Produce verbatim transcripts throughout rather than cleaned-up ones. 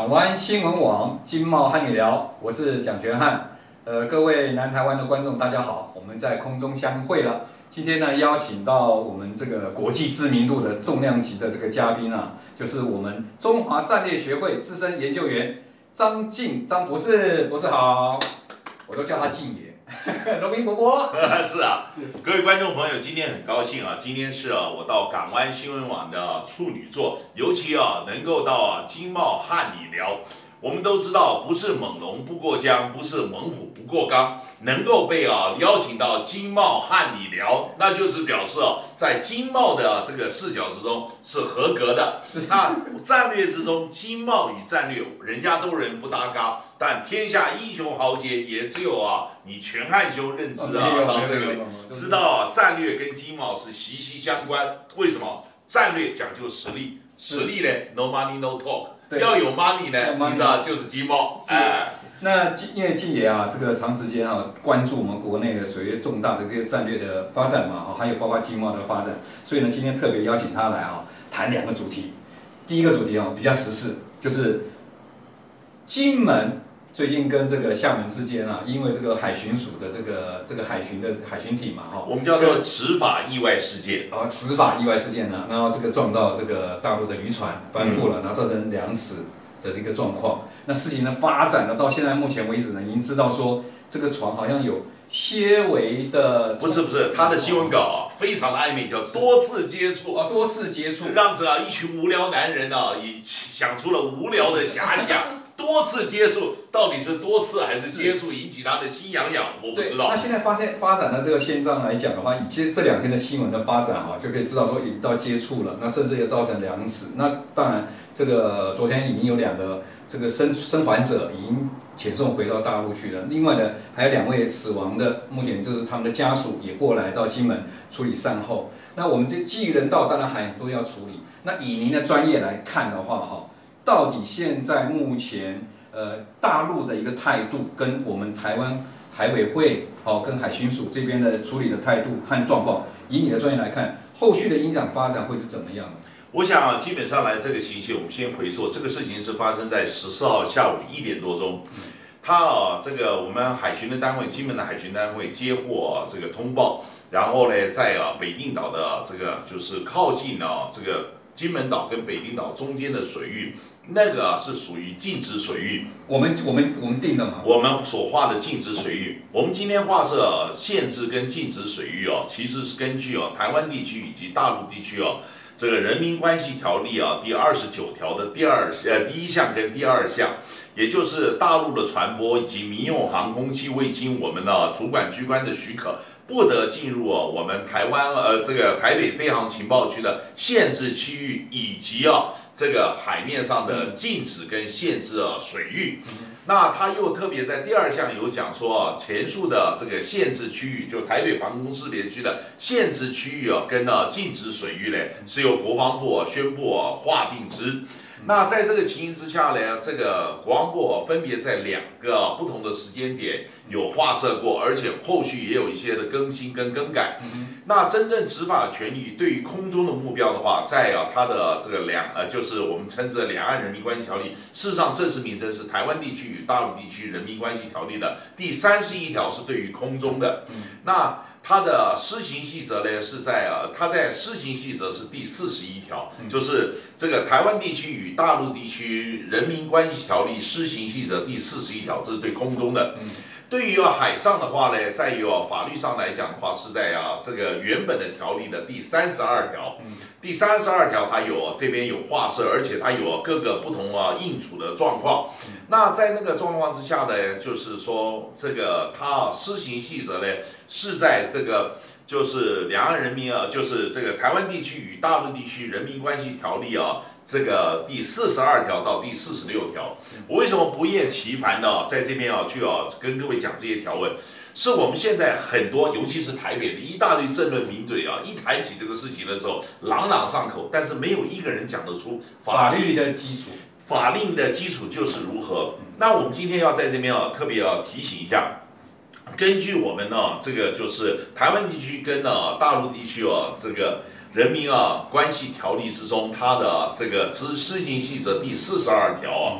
港湾新闻网经贸和你聊，我是蒋全汉。呃，各位南台湾的观众，大家好，我们在空中相会了。今天呢，邀请到我们这个国际知名度的重量级的这个嘉宾啊，就是我们中华战略学会资深研究员张晋张博士，博士好，我都叫他晋爷。农民伯伯是啊，各位观众朋友，今天很高兴啊！今天是啊，我到港湾新闻网的处女座，尤其啊，能够到啊经贸和你聊。我们都知道，不是猛龙不过江，不是猛虎不过冈，能够被啊邀请到经贸和你聊，那就是表示啊，在经贸的这个视角之中是合格的。那战略之中，经贸与战略，人家都人不搭嘎，但天下英雄豪杰也只有啊你全汉兄认知啊到这个，知道啊战略跟经贸是息息相关。为什么？战略讲究实力，实力呢 ，no money no talk。要有 money 呢，你知道就是经贸。哎， 那因为晋爷啊，这个长时间啊关注我们国内的所谓重大的这些战略的发展嘛，哈，还有包括经贸的发展，所以呢，今天特别邀请他来啊，谈两个主题。第一个主题啊，比较时事，就是金门最近跟这个厦门之间啊，因为这个海巡署的这个这个海巡的海巡体嘛，哈， 我们叫做执法意外事件。 啊，执法意外事件呢，然后这个撞到这个大陆的渔船翻覆了，然后造成两死的这个状况。那事情的发展呢，到现在目前为止呢，已经知道说这个船好像有些微的， 不是不是，他的新闻稿啊，非常的暧昧，叫多次接触啊，多次接触， 让这啊一群无聊男人啊，也想出了无聊的遐想。多次接触到底是多次还是接触引起他的心痒痒，我不知道。 那现在发现发展的这个现状来讲的话，以这这两天的新闻的发展哈，就可以知道说已到接触了，那甚至也造成两死。那当然，这个昨天已经有两个这个生生还者已经遣送回到大陆去了。另外呢，还有两位死亡的，目前就是他们的家属也过来到金门处理善后。那我们这基于人道，当然还很多要处理。那以您的专业来看的话，哈。到底现在目前，呃，大陆的一个态度跟我们台湾海委会，好、哦，跟海巡署这边的处理的态度和状况，以你的专业来看，后续的影响发展会是怎么样的？ 我想啊，基本上来这个情形，我们先回溯，这个事情是发生在十四号下午一点多钟。他啊，这个我们海巡的单位，金门的海巡单位接获、啊、这个通报，然后呢，在啊北定岛的这个就是靠近啊这个金门岛跟北定岛中间的水域。那个是属于禁止水域， 我们我们我们定的嘛？ 我们所画的禁止水域，我们今天画设限制跟禁止水域哦，其实是根据哦台湾地区以及大陆地区哦这个人民关系条例啊第二十九条的第二呃第一项跟第二项，也就是大陆的船舶以及民用航空器未经我们的主管机关的许可，不得进入哦我们台湾呃这个台北飞航情报区的限制区域以及啊。这个海面上的禁止跟限制啊水域，那他又特别在第二项有讲说啊，前述的这个限制区域，就台北防空识别区的限制区域啊，跟呢禁止水域呢，是由国防部啊宣布啊划定之。那在这个情形之下呢，这个国防部分别在两个不同的时间点有划设过，而且后续也有一些的更新跟更改。那真正执法的权利对于空中的目标的话，在啊它的这个两呃就是我们称之为两岸人民关系条例，事实上正式名称是台湾地区与大陆地区人民关系条例的第三十一条是对于空中的。那它的施行细则呢是在呃，它在施行细则是第四十一条，就是这个台湾地区与大陆地区人民关系条例施行细则第四十一条，这是对空中的。对于啊海上的话呢，在于啊法律上来讲的话，是在啊这个原本的条例的第三十二条。第三十二条它有这边有划设，而且它有各个不同啊应处的状况。那在那个状况之下呢，就是说这个它施行细则呢是在这个就是两岸人民啊，就是这个台湾地区与大陆地区人民关系条例啊。这个第四十二条到第四十六条，我为什么不厌其烦的在这边啊去啊跟各位讲这些条文？是我们现在很多，尤其是台北的一大堆政论名嘴啊，一谈起这个事情的时候，朗朗上口，但是没有一个人讲得出法律的基础。 法令的基础就是如何？那我们今天要在这边啊特别要提醒一下。根据我们呢，这个就是台湾地区跟呢大陆地区啊，这个人民啊关系条例之中，它的这个施施行细则第四十二条啊，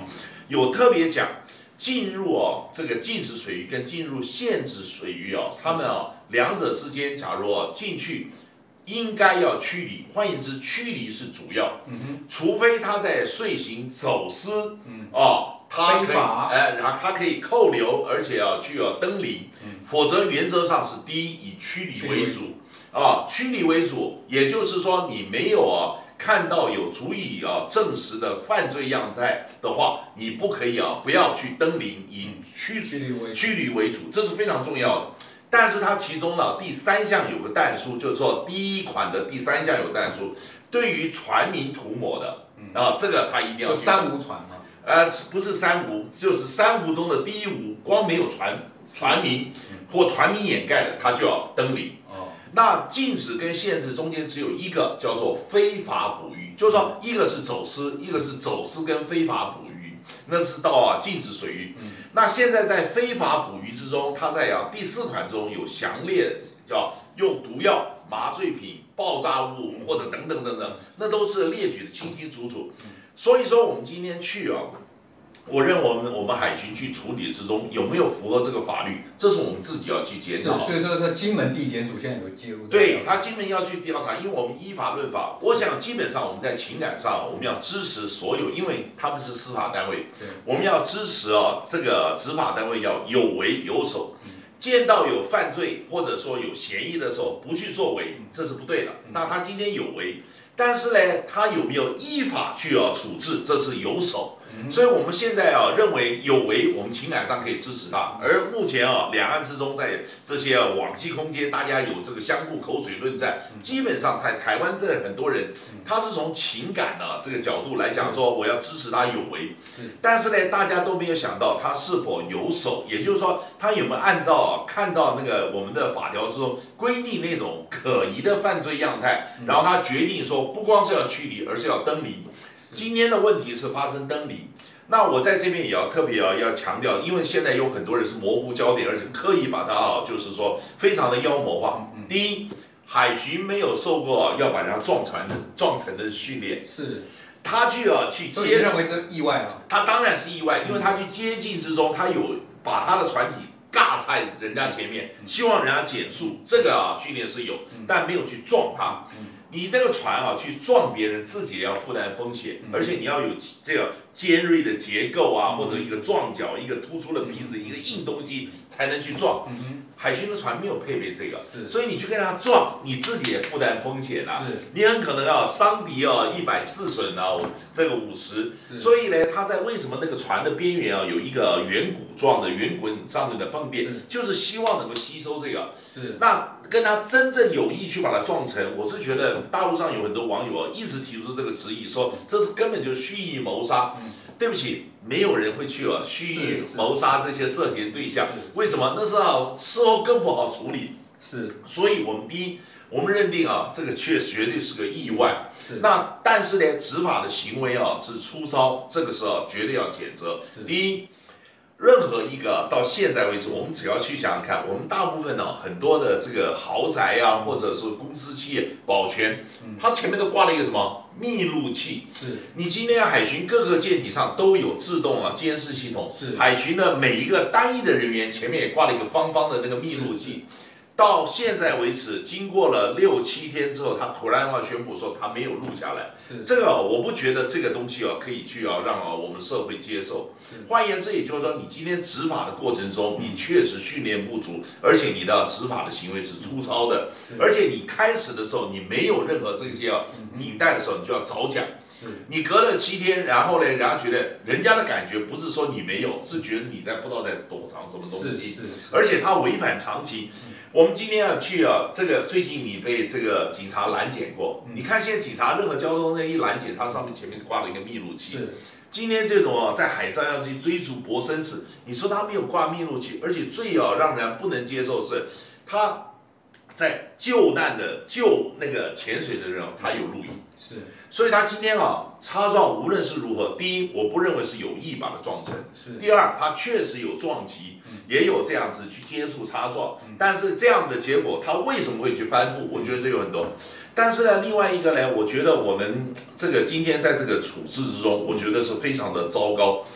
有特别讲。进入哦，这个禁止水域跟进入限制水域哦，他们哦两者之间，假如哦进去，应该要驱离。换言之，驱离是主要， 嗯哼， 除非他在遂行走私，嗯、哦，他可以，哎，然后他可以扣留，而且要具有登临，嗯、否则原则上是第一以驱离为主，啊、哦，驱离为主，也就是说你没有啊。看到有足以啊证实的犯罪样态的话，你不可以啊不要去登临，以驱驱离为主，这是非常重要的。但是它其中呢第三项有个但书，就是说第一款的第三项有但书，对于船民涂抹的啊，这个它一定要三无船吗？ 呃，不是三无，就是三无中的第一无，光没有船船民或船民掩盖的，它就要登临。那禁止跟限制中间只有一个叫做非法捕鱼，就是说一个是走私，一个是走私跟非法捕鱼，那是到啊禁止水域。嗯、那现在在非法捕鱼之中，它在啊第四款中有详列叫用毒药、麻醉品、爆炸物或者等等等等，那都是列举的清清楚楚。所以说我们今天去啊。我认为我们我们海巡去处理之中有没有符合这个法律，这是我们自己要去检讨。 所以说，是金门地检署现在有介入。 对他金门要去调查，因为我们依法论法。我想基本上我们在情感上，我们要支持所有，因为他们是司法单位，我们要支持啊这个执法单位要有为有守。见到有犯罪或者说有嫌疑的时候，不去作为，这是不对的。那他今天有为，但是呢，他有没有依法去要处置，这是有守。所以我们现在啊认为有为，我们情感上可以支持他。而目前啊，两岸之中在这些啊网际空间，大家有这个相互口水论战，基本上在台湾这很多人，他是从情感呢、啊、这个角度来讲说，我要支持他有为。但是呢，大家都没有想到他是否有守，也就是说，他有没有按照啊看到那个我们的法条之中规定那种可疑的犯罪样态，然后他决定说，不光是要驱离，而是要登临。今天的问题是发生登临，那我在这边也要特别要要强调，因为现在有很多人是模糊焦点，而且刻意把它啊，就是说非常的妖魔化。第一，海巡没有受过要把人家撞船的撞沉的训练， 是， 他去啊去接， 所以认为是意外吗？ 他当然是意外，因为他去接近之中，他有把他的船体尬在人家前面，希望人家减速，这个啊训练是有，但没有去撞他。你这个船啊，去撞别人，自己也要负担风险，而且你要有这个尖锐的结构啊，或者一个撞角、一个突出的鼻子、一个硬东西才能去撞。海巡的船没有配备这个，所以你去跟人家撞，你自己也负担风险啊。你很可能啊伤敌啊一百自损啊这个五十。所以呢，他在为什么那个船的边缘啊有一个圆鼓状的圆滚上面的泵垫，就是希望能够吸收这个。 是。 那跟他真正有意去把它撞成，我是觉得大陆上有很多网友啊一直提出这个质疑，说这是根本就蓄意谋杀。嗯、对不起，没有人会去啊蓄意谋杀这些涉嫌对象。为什么？那是啊事后更不好处理。 是。所以我们第一，我们认定啊这个确绝对是个意外。是。那但是呢，执法的行为啊是粗糙，这个时候绝对要谴责。是。第一。任何一个到现在为止，我们只要去想想看，我们大部分呢很多的这个豪宅啊，或者是公司企业保全，它前面都挂了一个什么密录器。 是， 你今天海巡各个舰体上都有自动啊监视系统。 是， 海巡的每一个单一的人员前面也挂了一个方方的那个密录器。到现在为止，经过了六七天之后，他突然要宣布说他没有录下来。 是这个，我不觉得这个东西啊可以去啊让啊我们社会接受。换言之，也就是说，你今天执法的过程中，你确实训练不足，而且你的执法的行为是粗糙的，而且你开始的时候你没有任何这些啊领带的时候，你就要早讲。你隔了七天，然后呢，人家觉得人家的感觉不是说你没有，是觉得你在不知道在躲藏什么东西，而且他违反常情。我们今天要去啊，这个最近你被这个警察拦检过，你看现在警察任何交通那一拦检，它上面前面挂了一个密录器。今天这种啊，在海上要去追逐搏生死，你说他没有挂密录器，而且最啊让人不能接受是，他在救难的救那个潜水的人，他有录影。 是。 所以他今天啊擦撞，无论是如何，第一，我不认为是有意把它撞成；第二，他确实有撞击，嗯、也有这样子去接触擦撞，嗯、但是这样的结果，他为什么会去翻覆？我觉得这有很多。但是呢，另外一个呢，我觉得我们这个今天在这个处置之中，我觉得是非常的糟糕。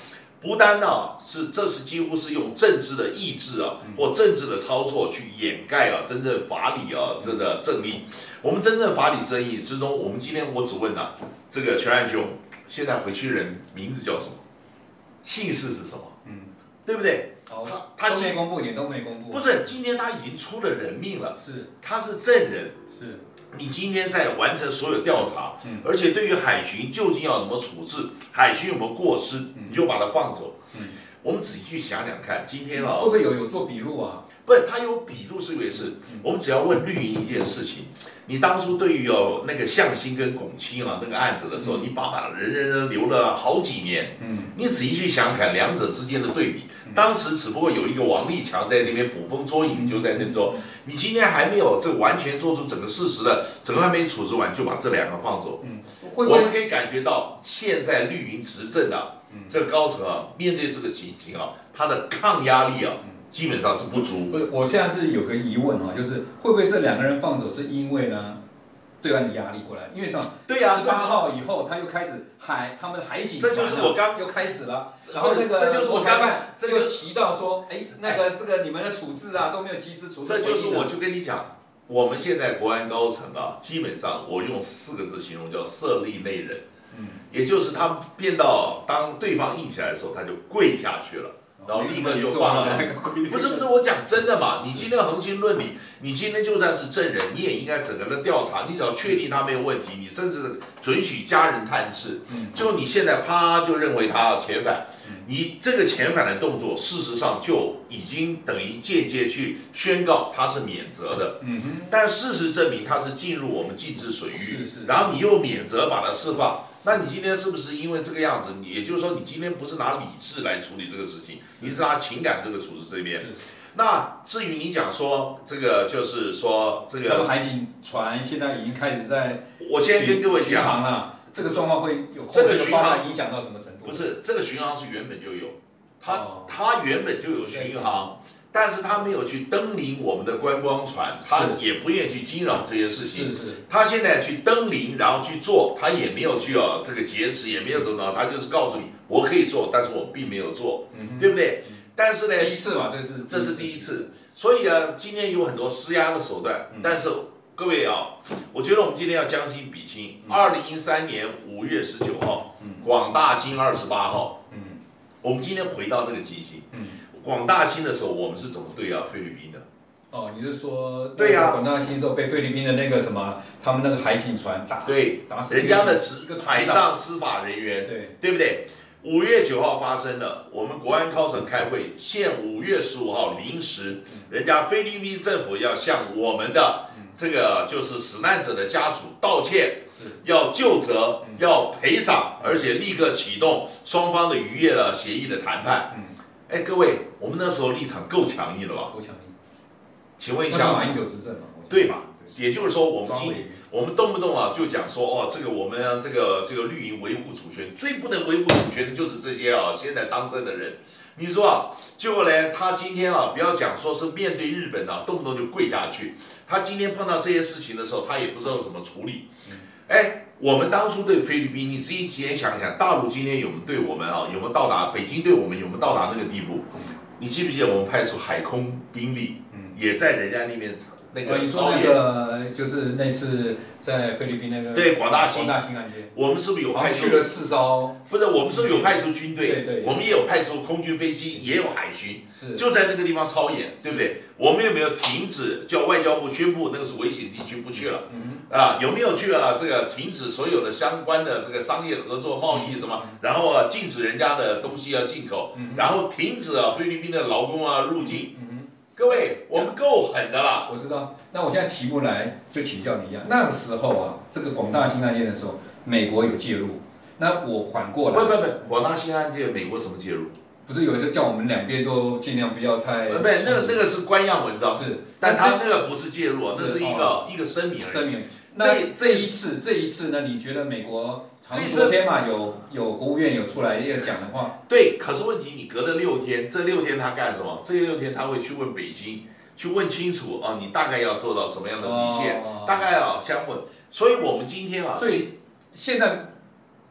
不单呢是这是几乎是用政治的意志啊，或政治的操作去掩盖啊真正法理啊这个正义。我们真正法理正义之中，我们今天我只问啊，这个全安兄，现在回去人名字叫什么？姓氏是什么？嗯，对不对？ 哦、他他都没公布，也都没公布。 不是，今天他已经出了人命了， 是， 他是证人， 是。 你今天在完成所有调查，嗯、而且对于海巡究竟要怎么处置，海巡有没有过失，嗯、你就把他放走。嗯，我们仔细去想想看，今天啊， 会不会有有做笔录啊？ 不是，他有笔录是一回事，嗯、我们只要问绿营一件事情。你当初对于有那个向心跟龚清啊那个案子的时候，嗯、你把把人人人留了好几年，嗯，你仔细去想想看两者之间的对比，嗯、当时只不过有一个王立强在那边捕风捉影，嗯、就在那边说，你今天还没有这完全做出整个事实的，整个还没处置完就把这两个放走，嗯，会不会我们可以感觉到现在绿营执政的、啊嗯、这个高层啊，面对这个情形啊，他的抗压力啊。嗯基本上是不足。 不，我现在是有个疑问哈，就是会不会这两个人放走是因为呢，对岸的压力过来？因为这样， 对呀、啊， 十八号以后他又开始海，他们的海警船、啊、 这就是我刚又开始了。然后那个这就是我刚这就提到说，哎，那个这个你们的处置啊都没有及时处置。 这就是我就跟你讲，我们现在国安高层啊，基本上我用四个字形容叫色厉内荏，嗯，也就是他们变到当对方硬起来的时候，他就跪下去了。然后立刻就放了，不是不是，我讲真的嘛，你今天横行论理，你今天就算是证人，你也应该整个的调查，你只要确定他没有问题，你甚至准许家人探视。就你现在啪就认为他遣返，你这个遣返的动作，事实上就已经等于间接去宣告他是免责的。但事实证明他是进入我们禁制水域，然后你又免责把他释放。那你今天是不是因为这个样子？也就是说，你今天不是拿理智来处理这个事情，你是拿情感这个处置这边。那至于你讲说这个，就是说这个， 他们海警船现在已经开始在， 我先跟各位讲航了，这个状况会有这个巡航影响到什么程度？ 不是，这个巡航是原本就有，它它原本就有巡航。但是他没有去登临我们的观光船，他也不愿意去惊扰这些事情。 是是。 他现在去登临，然后去做，他也没有去哦这个劫持，也没有怎么着，他就是告诉你我可以做，但是我并没有做，嗯、对不对？嗯、但是呢， 第一次嘛，这是这是第一次，所以呢，今天有很多施压的手段，嗯、但是各位啊，我觉得我们今天要将心比心。二零一三年五月十九号，嗯、广大兴二十八号，嗯、我们今天回到那个情形。嗯广大兴的时候，我们是怎么对啊菲律宾的？ 哦，你是说对呀、啊？ 广大兴的时候被菲律宾的那个什么，他们那个海警船打， 对， 打死人家的海上司法人员， 对， 对不对？五月九号发生的，我们国安高层开会，限五月十五号零时，人家菲律宾政府要向我们的这个就是死难者的家属道歉，要就责，要赔偿，而且立刻启动双方的渔业的协议的谈判。哎，各位，我们那时候立场够强硬了吧？ 够强硬。 请问一下， 马英九执政嘛？ 对嘛？也就是说，我们今我们动不动啊就讲说，哦，这个我们这个这个绿营维护主权，最不能维护主权的就是这些啊现在当政的人。你说啊，结果呢，他今天啊，不要讲说是面对日本啊，动不动就跪下去。他今天碰到这些事情的时候，他也不知道怎么处理。哎，我们当初对菲律宾，你自己先想想，大陆今天有没有对我们啊，有没有到达北京对我们有没有到达那个地步？你记不记得我们派出海空兵力，也在人家那边那个？ 你说那个就是那次在菲律宾那个对广大兴广大兴案件， 我们是不是有派出去了四艘？ 不是，我们是不是有派出军队？ 对对， 我们也有派出空军飞机，也有海巡， 是就在那个地方操演，对不对？我们有没有停止？叫外交部宣布那个是危险地区，不去了。嗯。啊，有没有去啊？这个停止所有的相关的这个商业合作、贸易什么，然后啊，禁止人家的东西要进口，然后停止啊菲律宾的劳工啊入境。嗯、各位，我们够狠的啦。 我知道。那我现在提过来就请教你一样，那个时候啊，这个广大兴案件的时候，美国有介入。那我反过来， 不不不，广大兴案件美国什么介入？ 不是有时候叫我们两边都尽量不要太…… 不，那个那个是官样文章， 是， 但他那个不是介入，那是一个、哦、一个声明而已。 声明。那这一次，这一次呢？你觉得美国昨天嘛有有国务院有出来要讲的话？ 对，可是问题你隔了六天，这六天他干什么？这六天他会去问北京，去问清楚啊，你大概要做到什么样的底线？哦、大概啊相问。所以我们今天啊， 所以现在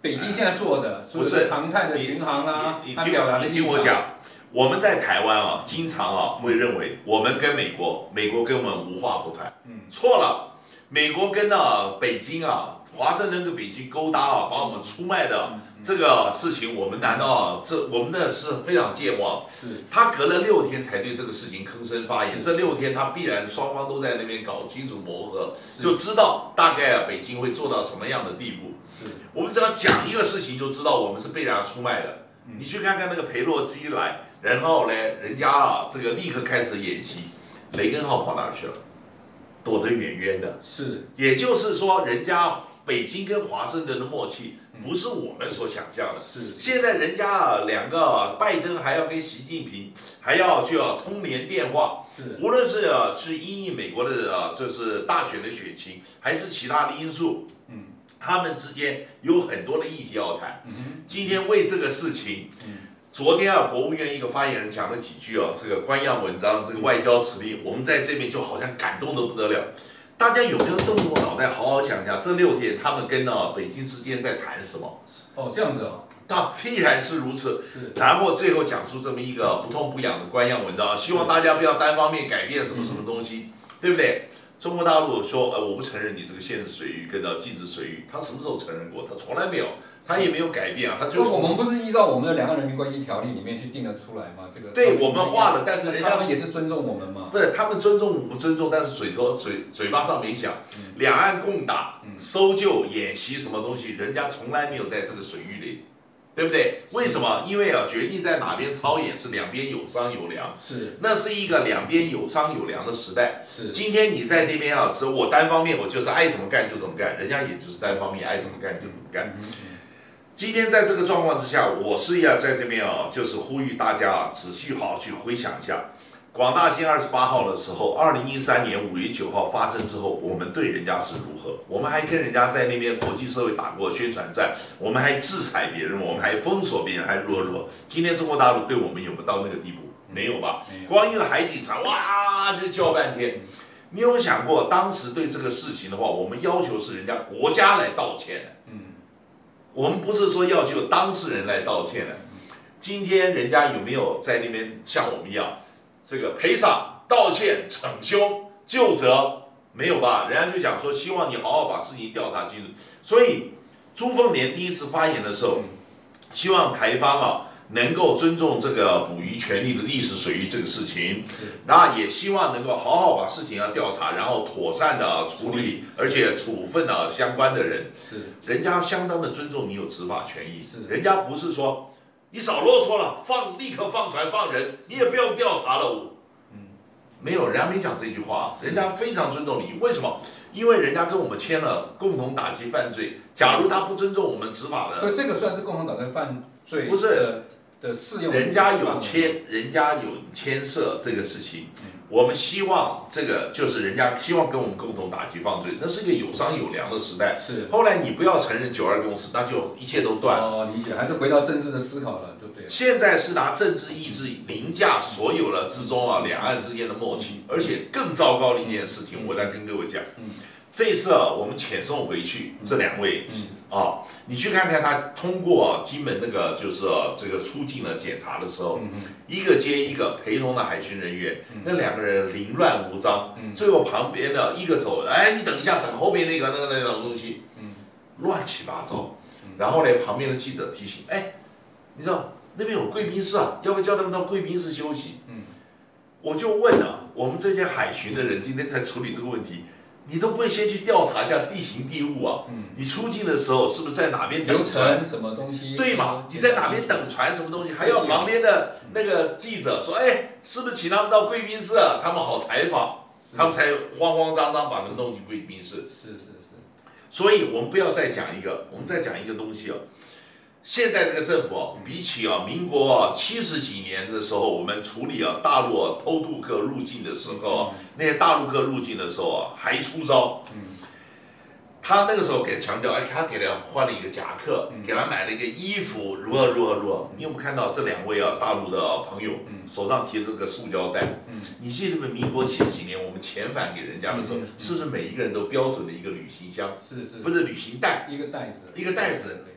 北京现在做的， 不是常态的巡航啦， 你他表达的你听我讲，我们在台湾啊，经常啊会认为我们跟美国，美国跟我们无话不谈，嗯，错了，美国跟呢北京啊，华盛顿跟北京勾搭啊，把我们出卖的这个事情，我们难道啊这我们的是非常健忘？ 是， 他隔了六天才对这个事情吭声发言，这六天他必然双方都在那边搞清楚磨合，就知道大概啊北京会做到什么样的地步。 是， 我们只要讲一个事情，就知道我们是被人家出卖的。 嗯、 你去看看那个裴洛西来，然后呢，人家啊这个立刻开始演习，雷根号跑哪儿去了？躲得远远的。 是， 也就是说，人家北京跟华盛顿的默契不是我们所想象的。 是， 现在人家啊两个、啊、拜登还要跟习近平还要去啊通联电话。 是， 无论是啊是因应美国的啊就是大选的选情，还是其他的因素，嗯。他们之间有很多的议题要谈。嗯、今天为这个事情，嗯、昨天啊，国务院一个发言人讲了几句啊，这个官样文章，这个外交辞令，我们在这边就好像感动得不得了。大家有没有动过脑袋，好好想一下，这六天他们跟呢、啊、北京之间在谈什么？ 哦，这样子哦， 那必然是如此。 是， 然后最后讲出这么一个不痛不痒的官样文章，希望大家不要单方面改变什么什么东西，嗯、对不对？中国大陆说，呃，我不承认你这个限制水域跟到禁止水域，他什么时候承认过？他从来没有，他也没有改变啊，他就是。 我们不是依照我们的两岸人民关系条例里面去定得出来吗？这个。 对我们画的，但是人家他们也是尊重我们吗？ 不是，他们尊重不尊重，但是嘴头嘴嘴巴上没讲，嗯、两岸共打、嗯、搜救、演习什么东西，人家从来没有在这个水域里。对不对？为什么？因为啊，决定在哪边操演是两边有商有量， 是， 那是一个两边有商有量的时代。 是， 今天你在那边啊，只我单方面，我就是爱怎么干就怎么干，人家也就是单方面爱怎么干就怎么干。嗯嗯、今天在这个状况之下，我是要在这边啊，就是呼吁大家啊，仔细好好去回想一下。广大兴二十八号的时候，二零一三年五月九号发生之后，我们对人家是如何？我们还跟人家在那边国际社会打过宣传战，我们还制裁别人，我们还封锁别人，还如何如何？今天中国大陆对我们有没有到那个地步？没有吧？光一个海警船，哇，就叫半天。你有没有想过，当时对这个事情的话，我们要求是人家国家来道歉的，嗯，我们不是说要求当事人来道歉的。今天人家有没有在那边像我们一样？这个赔偿、道歉、惩凶、究责，没有吧？人家就讲说，希望你好好把事情调查清楚。所以，朱凤莲第一次发言的时候，希望台方啊能够尊重这个捕鱼权利的历史水域这个事情，那也希望能够好好把事情要调查，然后妥善的处理，而且处分了相关的人。 是， 人家相当的尊重你有执法权益， 是， 人家不是说。你少啰嗦了，放立刻放船放人，你也不用调查了。我，嗯，没有，人家没讲这句话，人家非常尊重你。为什么？因为人家跟我们签了共同打击犯罪。假如他不尊重我们执法的， 所以这个算是共同打击犯罪不是的适用。 人家有牵，人家有牵涉这个事情。嗯，我们希望这个就是人家希望跟我们共同打击犯罪，那是一个有商有量的时代。 是，后来你不要承认九二共识，那就一切都断了。 哦，理解，还是回到政治的思考了，对不对？ 现在是拿政治意志凌驾所有了之中啊，两岸之间的默契，而且更糟糕的一件事情，我来跟各位讲。嗯，这一次啊，我们遣送回去这两位。嗯。啊，你去看看他通过金门那个就是这个出境的检查的时候，一个接一个陪同的海巡人员，那两个人凌乱无章，最后旁边的一个走，哎，你等一下，等后面那个那个那种东西，乱七八糟。然后呢，旁边的记者提醒，哎，你知道那边有贵宾室啊，要不要叫他们到贵宾室休息？我就问了，我们这些海巡的人今天在处理这个问题。你都不会先去调查一下地形地物啊？嗯，你出境的时候是不是在哪边等船？ 流程什么东西？ 对嘛？你在哪边等船？什么东西？还要旁边的那个记者说：“哎，是不是请他们到贵宾室啊？他们好采访。”他们才慌慌张张把那个弄进贵宾室。 是是是。 所以我们不要再讲一个，我们再讲一个东西哦。现在这个政府啊，比起啊民国啊七十几年的时候，我们处理啊大陆啊偷渡客入境的时候啊，那些大陆客入境的时候啊，还出招。嗯，他那个时候给强调，哎，他给他换了一个夹克，给他买了一个衣服，如何如何如何。你有没有看到这两位啊大陆的朋友手上提着这个塑胶袋？嗯，你记得不？民国七十几年我们遣返给人家的时候，是不是每一个人都标准的一个旅行箱？ 是是， 不是旅行袋， 一个袋子， 一个袋子。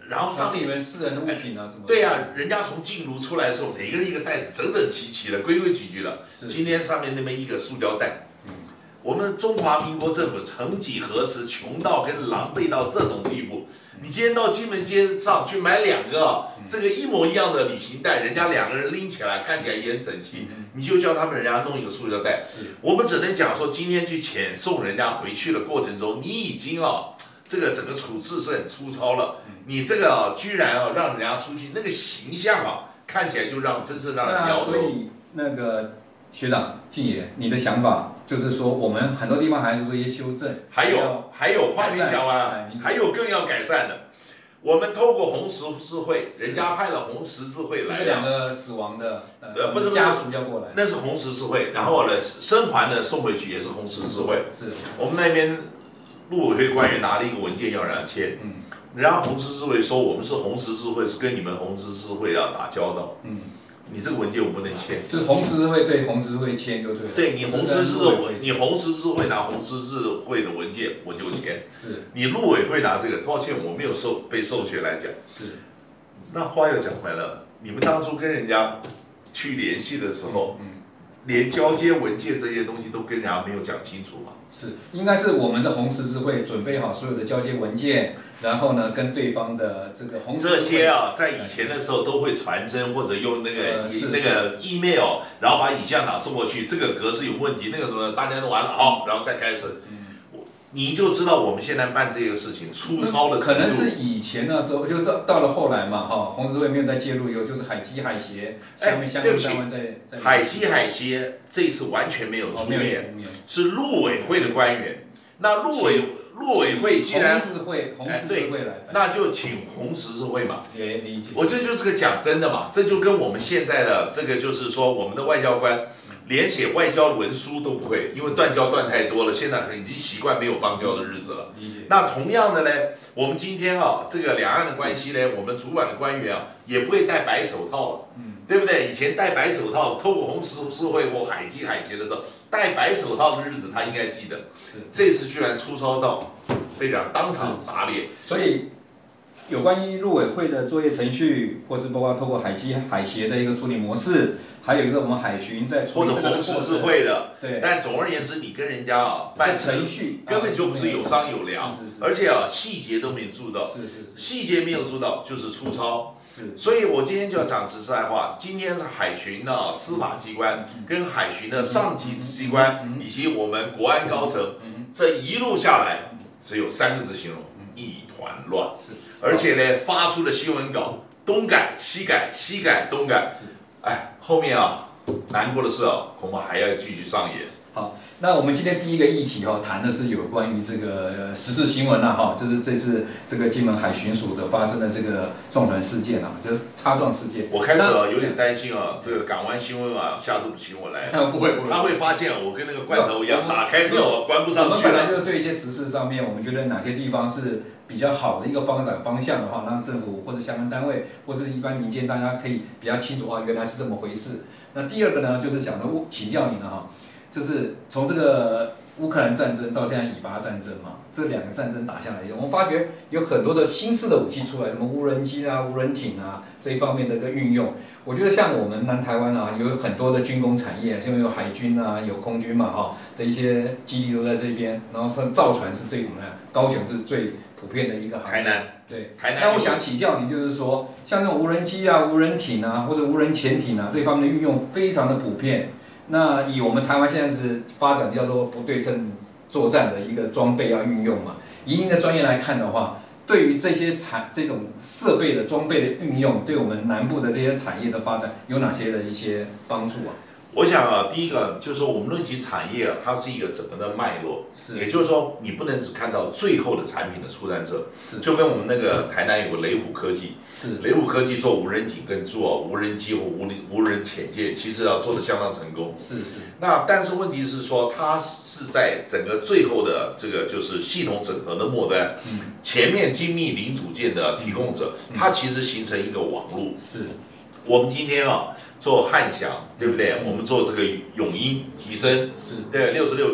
然后上面你们私人的物品啊什么？ 对呀、啊，人家从净炉出来的时候，每个人一个袋子整整齐齐的，规规矩矩的。今天上面那么一个塑胶袋，嗯，我们中华民国政府曾几何时穷到跟狼狈到这种地步？你今天到金门街上去买两个、啊、这个一模一样的旅行袋，人家两个人拎起来看起来也很整齐，你就叫他们人家弄一个塑料袋。我们只能讲说，今天去遣送人家回去的过程中，你已经啊。这个整个处置是很粗糙了，你这个、啊、居然啊让人家出去，那个形象啊看起来就让真是让人摇头。 所以那个学长敬爷，你的想法就是说，我们很多地方还是做一些修正， 还有还有话没讲完，还有更要改善的。我们透过红十字会，人家派了红十字会来， 这两个死亡的呃不是家属要过来， 那是红十字会，然后呢生还的送回去也是红十字会， 是我们那边。陆委会官员拿了一个文件要人家签，嗯，人家红十字会说我们是红十字会，是跟你们红十字会要打交道，嗯，你这个文件我不能签， 就是红十字会对红十字会签就对了， 对你红十字会，你红十字会拿红十字会的文件我就签， 是你陆委会拿这个，抱歉我没有授被授权来讲， 是， 那话又讲回来了，你们当初跟人家去联系的时候，嗯。连交接文件这些东西都跟人家没有讲清楚嘛？ 是，应该是我们的红十字会准备好所有的交接文件，然后呢，跟对方的这个红十字会这些啊，在以前的时候都会传真或者用那个、呃、那个 email， 然后把影像卡送过去，这个格式有问题，那个什么大家都完了，好，然后再开始。嗯你就知道我们现在办这个事情粗糙的程度， 可能是以前那时候，就是到到了后来嘛，哈，红十字会没有再介入以后，就是海基海协下面相关单位在在。 海基海协这一次完全没有出面，是陆委会的官员。那陆委陆委会既然红十字会红十字会来， 那就请红十字会嘛。 也理解。 我这就是个讲真的嘛，这就跟我们现在的这个就是说，我们的外交官。连写外交文书都不会，因为断交断太多了，现在已经习惯没有邦交的日子了。那同样的呢，我们今天啊，这个两岸的关系呢，我们主管的官员啊，也不会戴白手套了，嗯，对不对？以前戴白手套，透过红十字会或海基海协的时候，戴白手套的日子他应该记得。是，这次居然粗糙到被人当场打脸， 所以。有关于陆委会的作业程序，或是包括透过海基海协的一个处理模式，还有就是我们海巡在处理这个或者红十字会的， 对。 但总而言之，你跟人家啊办程序根本就不是有商有量， 是是是， 而且啊细节都没做到， 是是是， 细节没有做到就是粗糙， 是。 所以我今天就要讲实在话，今天是海巡的司法机关跟海巡的上级机关以及我们国安高层，这一路下来只有三个字形容。一团乱，是，而且呢，发出的新闻稿东改西改，西改东改，是，哎，后面啊，难过的事啊，恐怕还要继续上演。 好，那我们今天第一个议题哈、哦，谈的是有关于这个时事新闻啦、啊、哈，就是这次这个金门海巡署的发生的这个撞船事件啊，就是擦撞事件。 我开始啊有点担心啊，这个港湾新闻啊，下次不请我来， 不会不会， 他会发现我跟那个罐头一样，打开之后关不上去。 我们本来就是对一些时事上面，我们觉得哪些地方是比较好的一个发展方向的话，让政府或者相关单位或是一般民间大家可以比较清楚啊，原来是这么回事。那第二个呢，就是想说请教你呢哈。就是从这个乌克兰战争到现在以巴战争嘛，这两个战争打下来，我们发觉有很多的新式的武器出来，什么无人机啊、无人艇啊这一方面的一个运用。我觉得像我们南台湾啊，有很多的军工产业，像有海军啊、有空军嘛哈的一些基地都在这边，然后说造船是对我们高雄是最普遍的一个行业。 台南对， 台南。 那我想请教你，就是说像这种无人机啊、无人艇啊或者无人潜艇啊这方面的运用非常的普遍。那以我们台湾现在是发展叫做不对称作战的一个装备要运用嘛？以您的专业来看的话，对于这些产这种设备的装备的运用，对我们南部的这些产业的发展有哪些的一些帮助啊？ 我想啊，第一个就是说，我们论及产业啊，它是一个整个的脉络， 是， 也就是说，你不能只看到最后的产品的出产者， 是， 就跟我们那个台南有个雷虎科技， 是， 雷虎科技做无人艇跟做无人机或无无人潜舰，其实要做的相当成功， 是是。 那但是问题是说，它是在整个最后的这个就是系统整合的末端，嗯，前面精密零组件的提供者，嗯、它其实形成一个网络， 是。 我们今天啊做汉翔，对不对？我们做这个永鹰提升， 是， 对，六十六架，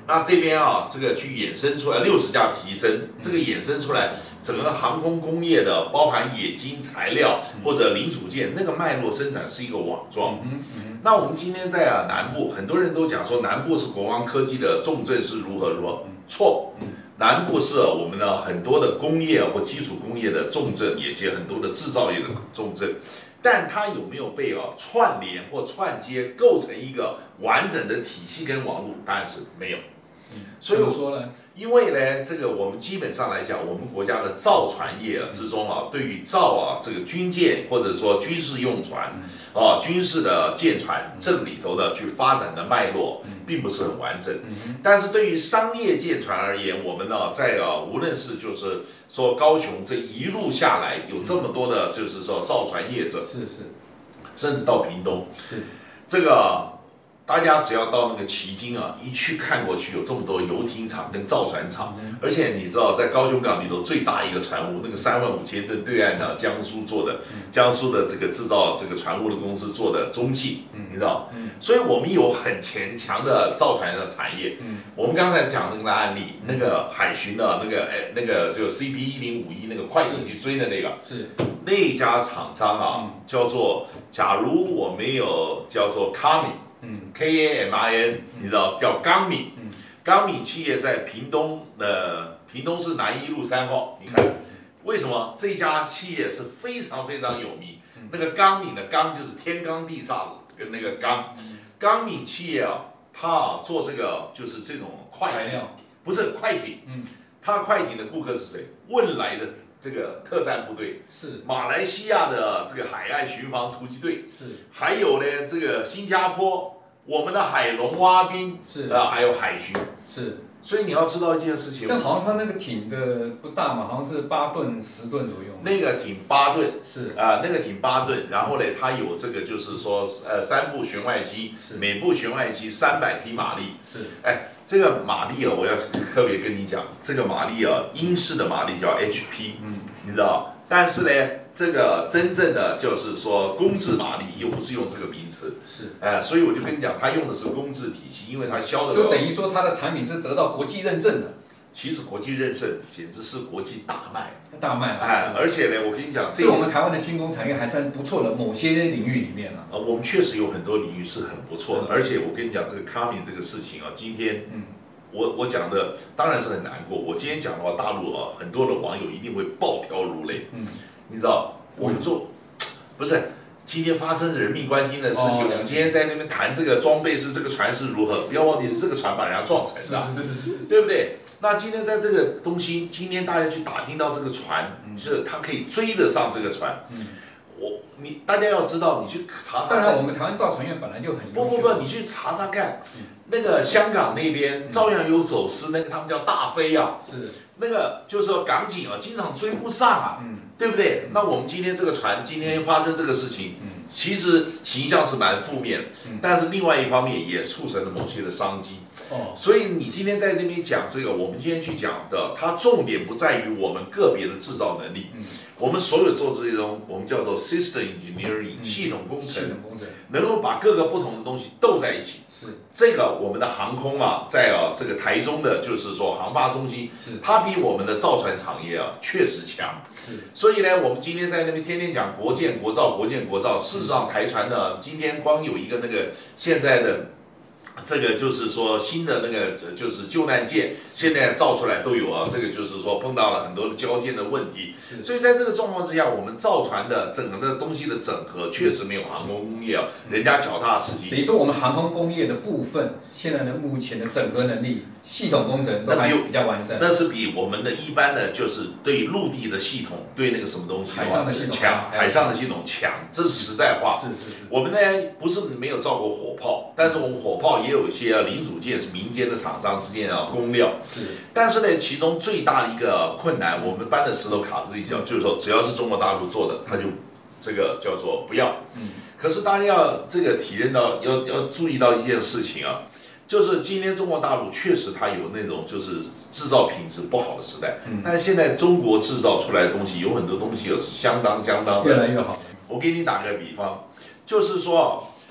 那这边啊，这个去衍生出来六十家提升，这个衍生出来整个航空工业的，包含冶金材料或者零组件，那个脉络生产是一个网状。那我们今天在啊南部，很多人都讲说南部是国光科技的重镇是如何如何，错。南部是我们的很多的工业或基础工业的重镇，也是很多的制造业的重镇，但它有没有被啊串联或串接构成一个完整的体系跟网络？当然是没有。所以我说呢， 因为呢，这个我们基本上来讲，我们国家的造船业啊之中啊，对于造啊这个军舰或者说军事用船啊、军事的舰船这个里头的去发展的脉络，并不是很完整。但是对于商业舰船而言，我们呢在啊无论是就是说高雄这一路下来有这么多的，就是说造船业者， 是是， 甚至到屏东， 是这个。大家只要到那个旗津啊，一去看过去，有这么多游艇厂跟造船厂，而且你知道，在高雄港里头最大一个船坞，那个三万五千吨对岸的江苏做的，江苏的这个制造这个船坞的公司做的中汽，你知道，所以我们有很强强的造船的产业。我们刚才讲的那个案例，那个海巡的那个哎那个就 C P 一零五一那个快艇去追的那个， 是那家厂商啊，叫做假如我没有叫做 Carmi。嗯 ，K A M I N， 你知道叫钢敏，钢敏企业在屏东，呃，屏东市南一路三号。你看，为什么这家企业是非常非常有名？那个钢敏的钢就是天罡地煞跟那个钢，钢敏企业啊，它啊做这个就是这种快艇，不是快艇，嗯，它快艇的顾客是谁？汶莱的这个特战部队， 是马来西亚的这个海岸巡防突击队， 是还有呢这个新加坡我们的海龙蛙兵， 是啊，还有海巡， 是。 所以你要知道一件事情， 但好像它那个艇的不大嘛，好像是八吨、十吨左右。 那个艇八吨， 是啊、呃，那个艇八吨，然后呢，它有这个就是说，呃，三部旋外机，每部旋外机三百匹马力。 是， 哎，这个马力啊，我要特别跟你讲，这个马力啊，英式的马力叫 H P， 嗯，你知道，但是呢，这个真正的就是说公制马力又不是用这个名词， 是， 哎、呃，所以我就跟你讲，它用的是公制体系，因为它销的就等于说它的产品是得到国际认证的。 其实国际认证简直是国际大卖， 大卖哎，而且呢，我跟你讲， 这个我们台湾的军工产业还算不错的，某些领域里面啊， 呃，我们确实有很多领域是很不错的，而且我跟你讲，这个 Carmi 这个事情啊，今天，嗯，我我讲的当然是很难过，我今天讲的话，大陆啊，很多的网友一定会暴跳如雷，嗯，你知道，我们做，不是。今天发生人命关天的事情，我们今天在那边谈这个装备是这个船是如何，不要忘记是这个船把人家撞沉的， 是是是是， 对不对？那今天在这个东西，今天大家去打听到这个船，是它可以追得上这个船。我你大家要知道，你去查查。 当然，我们台湾造船业本来就很不不不，你去查查看，那个香港那边照样有走私，那个他们叫大飞啊， 是那个就是说港警啊，经常追不上啊，对不对？那我们今天这个船今天发生这个事情，其实形象是蛮负面，但是另外一方面也促成了某些的商机。哦，所以你今天在这边讲这个，我们今天去讲的，它重点不在于我们个别的制造能力，嗯、我们所有做这种我们叫做 system engineering、嗯、系统工程，系统工程能够把各个不同的东西斗在一起。是这个我们的航空啊，在啊这个台中的就是说航发中心，是它比我们的造船产业啊确实强。是，所以呢，我们今天在那边天天讲国建国造，国建国造，事实上台船呢，今天光有一个那个现在的。这个就是说新的那个就是救难舰，现在造出来都有啊。这个就是说碰到了很多的交建的问题，所以在这个状况之下，我们造船的整个的东西的整合确实没有航空工业啊，人家脚踏实地。 等于说我们航空工业的部分，现在的目前的整合能力、系统工程都还是比较完善。 那是比我们的一般的就是对陆地的系统，对那个什么东西海上的系统强，海上的系统强，这是实在话。 是是是。 我们呢不是没有造过火炮，但是我们火炮也有一些零组件是民间的厂商之间的供料，是。但是呢，其中最大的一个困难，我们搬的石头卡子一脚，就是说只要是中国大陆做的，它就这个叫做不要。嗯。可是大家要这个体验到，要要注意到一件事情啊，就是今天中国大陆确实它有那种就是制造品质不好的时代，嗯。但是现在中国制造出来的东西有很多东西是相当相当的越来越好。 我给你打个比方，就是说。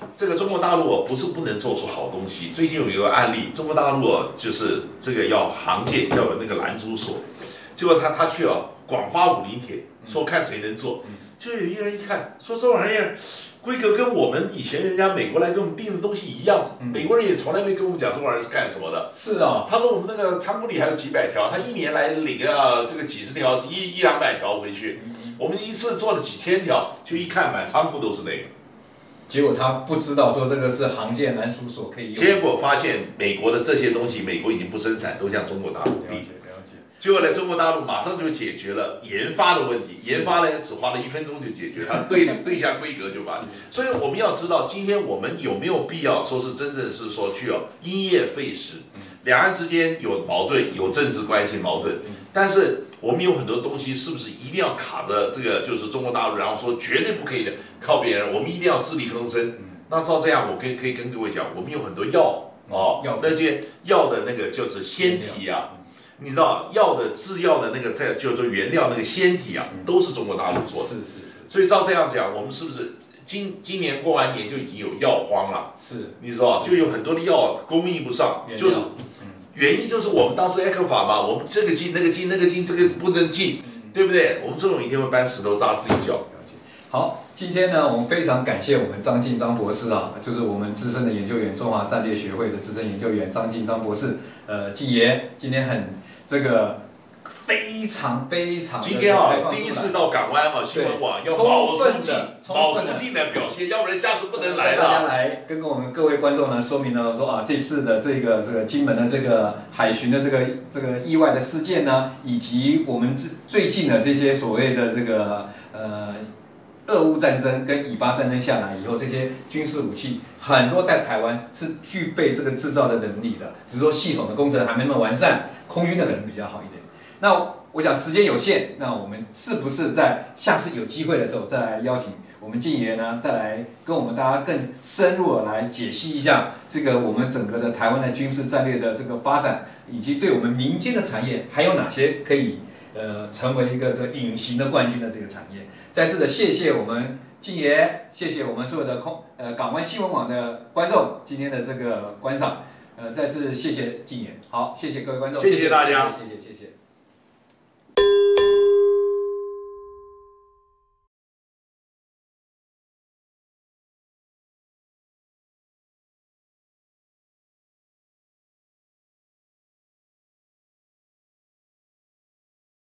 这个中国大陆不是不能做出好东西。最近有一个案例，中国大陆就是这个要航舰要有那个拦阻索，结果他他去啊广发武林帖，说看谁能做。就有一个人一看，说这玩意儿规格跟我们以前人家美国来给我们定的东西一样，美国人也从来没跟我们讲这玩意儿是干什么的。 是啊， 他说我们那个仓库里还有几百条，他一年来领个这个几十条，一一两百条回去，我们一次做了几千条，就一看满仓库都是那个。 结果他不知道说这个是航舰拦阻索可以用， 结果发现美国的这些东西，美国已经不生产，都向中国大陆递。结果来中国大陆马上就解决了研发的问题，研发呢只花了一分钟就解决，它对对下规格就把。所以我们要知道，今天我们有没有必要说是真正是说去哦因噎废食？两岸之间有矛盾，有政治关系矛盾，但是我们有很多东西是不是一定要卡着这个就是中国大陆，然后说绝对不可以的靠别人，我们一定要自力更生。那照这样，我可以可以跟各位讲，我们有很多药哦，那些药的那个就是纤体啊。你知道药的制药的那个在就是说原料那个纤体啊，都是中国大陆做的。 是是是。 所以照这样讲，我们是不是今今年过完年就已经有药荒了？ 是。 你知道就有很多的药供应不上，就是原因就是我们当初艾克法嘛，我们这个进那个进那个进这个不能进，对不对？我们这种一定会搬石头砸自己脚。 好，今天呢，我们非常感谢我们张晋张博士啊，就是我们资深的研究员，中华战略学会的资深研究员张晋张博士。呃，晋爷今天很这个非常非常今天啊，第一次到港湾嘛，新闻网要卯出劲，卯出劲来表现，要不然下次不能来了。 大家来跟我们各位观众呢说明了说啊，这次的这个这个金门的这个海巡的这个这个意外的事件呢，以及我们最近的这些所谓的这个呃。俄乌战争跟以巴战争下来以后，这些军事武器很多在台湾是具备这个制造的能力的，只是说系统的工程还没那么完善，空军的可能比较好一点。那我想时间有限，那我们是不是在下次有机会的时候再来邀请我们晋爷呢，再来跟我们大家更深入的来解析一下这个我们整个的台湾的军事战略的这个发展，以及对我们民间的产业还有哪些可以呃成为一个这隐形的冠军的这个产业。再次的谢谢我们晋爷，谢谢我们所有的空呃港湾新闻网的观众今天的这个观赏，呃再次谢谢晋爷，好，谢谢各位观众， 谢谢大家， 谢谢谢谢。谢谢